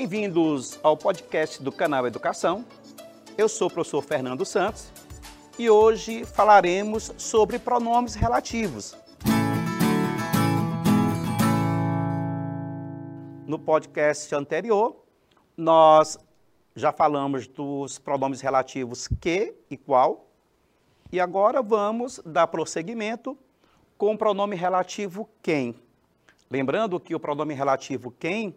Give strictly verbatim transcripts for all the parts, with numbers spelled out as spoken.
Bem-vindos ao podcast do canal Educação. Eu sou o professor Fernando Santos e hoje falaremos sobre pronomes relativos. No podcast anterior, nós já falamos dos pronomes relativos que e qual, e agora vamos dar prosseguimento com o pronome relativo quem. Lembrando que o pronome relativo quem,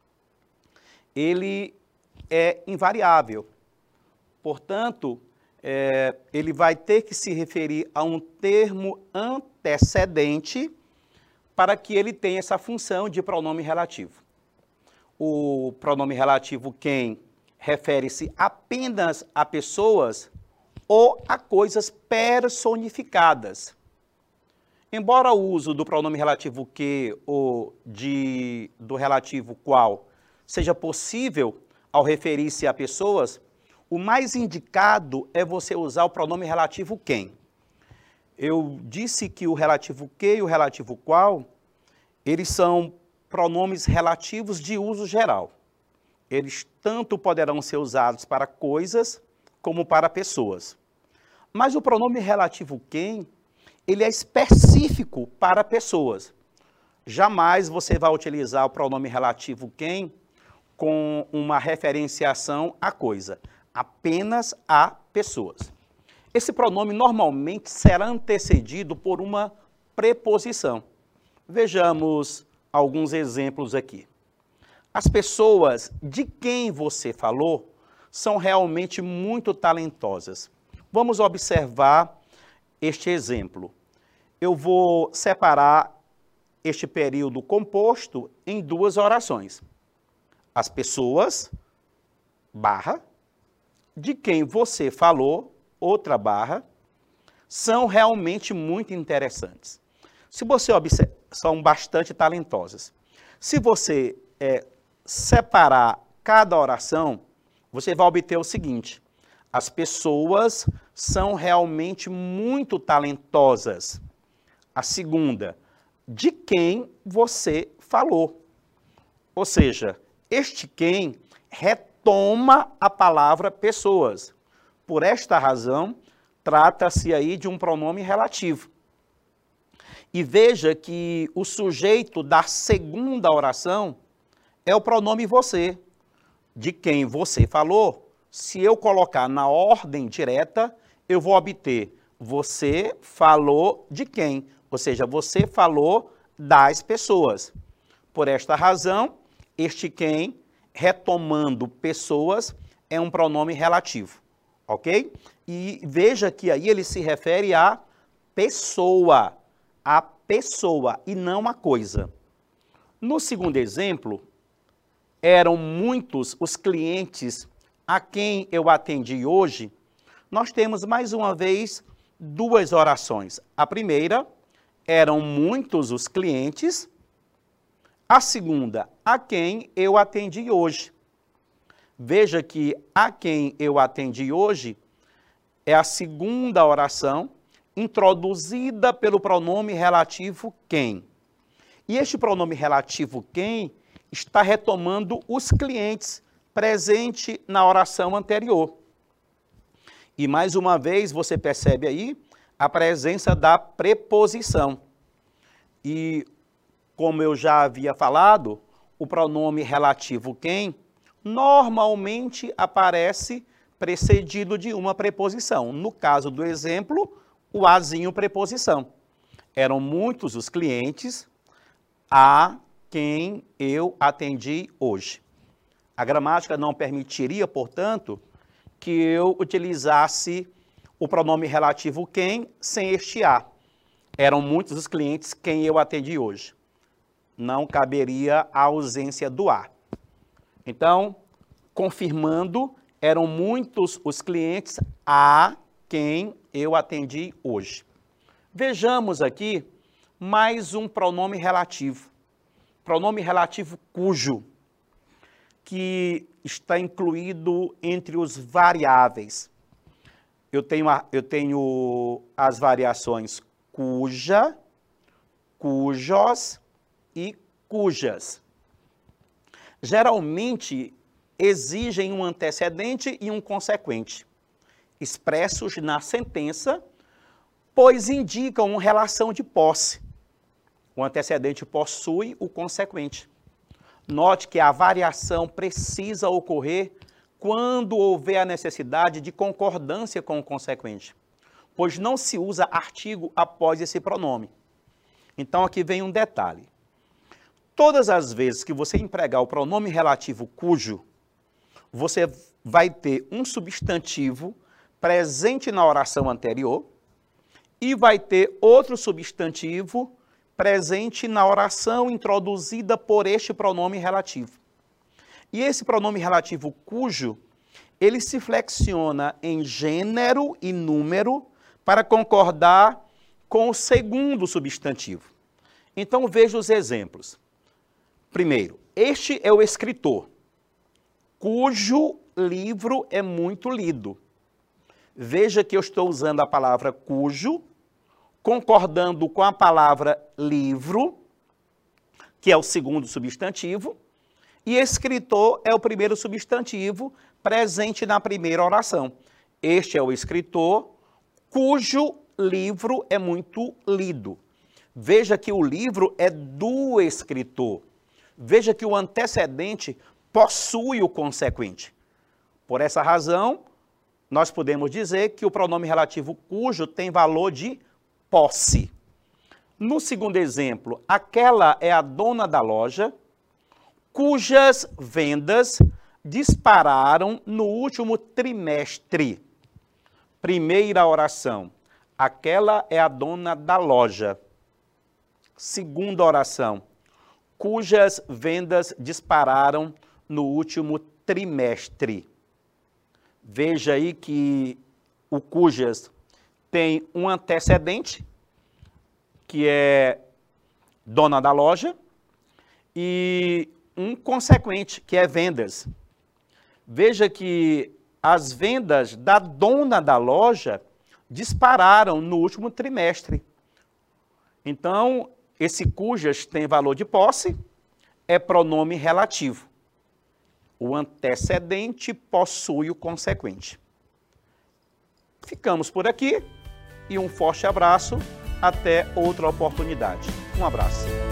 ele é invariável. Portanto, é, ele vai ter que se referir a um termo antecedente para que ele tenha essa função de pronome relativo. O pronome relativo quem refere-se apenas a pessoas ou a coisas personificadas. Embora o uso do pronome relativo que ou de, do relativo qual seja possível ao referir-se a pessoas, o mais indicado é você usar o pronome relativo quem. Eu disse que o relativo que e o relativo qual, eles são pronomes relativos de uso geral. Eles tanto poderão ser usados para coisas como para pessoas. Mas o pronome relativo quem, ele é específico para pessoas. Jamais você vai utilizar o pronome relativo quem com uma referenciação à coisa, apenas a pessoas. Esse pronome normalmente será antecedido por uma preposição. Vejamos alguns exemplos aqui. As pessoas de quem você falou são realmente muito talentosas. Vamos observar este exemplo. Eu vou separar este período composto em duas orações. As pessoas, barra, de quem você falou, outra barra, são realmente muito interessantes. Se você observar, são bastante talentosas. Se você é, separar cada oração, você vai obter o seguinte: as pessoas são realmente muito talentosas. A segunda, de quem você falou. Ou seja, este quem retoma a palavra pessoas. Por esta razão, trata-se aí de um pronome relativo. E veja que o sujeito da segunda oração é o pronome você. De quem você falou, se eu colocar na ordem direta, eu vou obter você falou de quem? Ou seja, você falou das pessoas. Por esta razão, este quem, retomando pessoas, é um pronome relativo, ok? E veja que aí ele se refere à pessoa, a pessoa e não a coisa. No segundo exemplo, eram muitos os clientes a quem eu atendi hoje. Nós temos mais uma vez duas orações. A primeira, eram muitos os clientes. A segunda, a quem eu atendi hoje. Veja que a quem eu atendi hoje é a segunda oração introduzida pelo pronome relativo quem. E este pronome relativo quem está retomando os clientes presente na oração anterior. E mais uma vez você percebe aí a presença da preposição. E como eu já havia falado, o pronome relativo quem normalmente aparece precedido de uma preposição. No caso do exemplo, o azinho preposição. Eram muitos os clientes a quem eu atendi hoje. A gramática não permitiria, portanto, que eu utilizasse o pronome relativo quem sem este a. Eram muitos os clientes quem eu atendi hoje. Não caberia a ausência do a. Então, confirmando, eram muitos os clientes a quem eu atendi hoje. Vejamos aqui mais um pronome relativo. Pronome relativo cujo, que está incluído entre os variáveis. Eu tenho, a, eu tenho as variações cuja, cujos e cujas. Geralmente, exigem um antecedente e um consequente, expressos na sentença, pois indicam uma relação de posse. O antecedente possui o consequente. Note que a variação precisa ocorrer quando houver a necessidade de concordância com o consequente, pois não se usa artigo após esse pronome. Então, aqui vem um detalhe. Todas as vezes que você empregar o pronome relativo cujo, você vai ter um substantivo presente na oração anterior e vai ter outro substantivo presente na oração introduzida por este pronome relativo. E esse pronome relativo cujo, ele se flexiona em gênero e número para concordar com o segundo substantivo. Então veja os exemplos. Primeiro, este é o escritor, cujo livro é muito lido. Veja que eu estou usando a palavra cujo, concordando com a palavra livro, que é o segundo substantivo, e escritor é o primeiro substantivo presente na primeira oração. Este é o escritor, cujo livro é muito lido. Veja que o livro é do escritor. Veja que o antecedente possui o consequente. Por essa razão, nós podemos dizer que o pronome relativo cujo tem valor de posse. No segundo exemplo, aquela é a dona da loja, cujas vendas dispararam no último trimestre. Primeira oração, aquela é a dona da loja. Segunda oração, cujas vendas dispararam no último trimestre. Veja aí que o cujas tem um antecedente, que é dona da loja, e um consequente, que é vendas. Veja que as vendas da dona da loja dispararam no último trimestre. Então, esse cujas tem valor de posse, é pronome relativo. O antecedente possui o consequente. Ficamos por aqui e um forte abraço. Até outra oportunidade. Um abraço.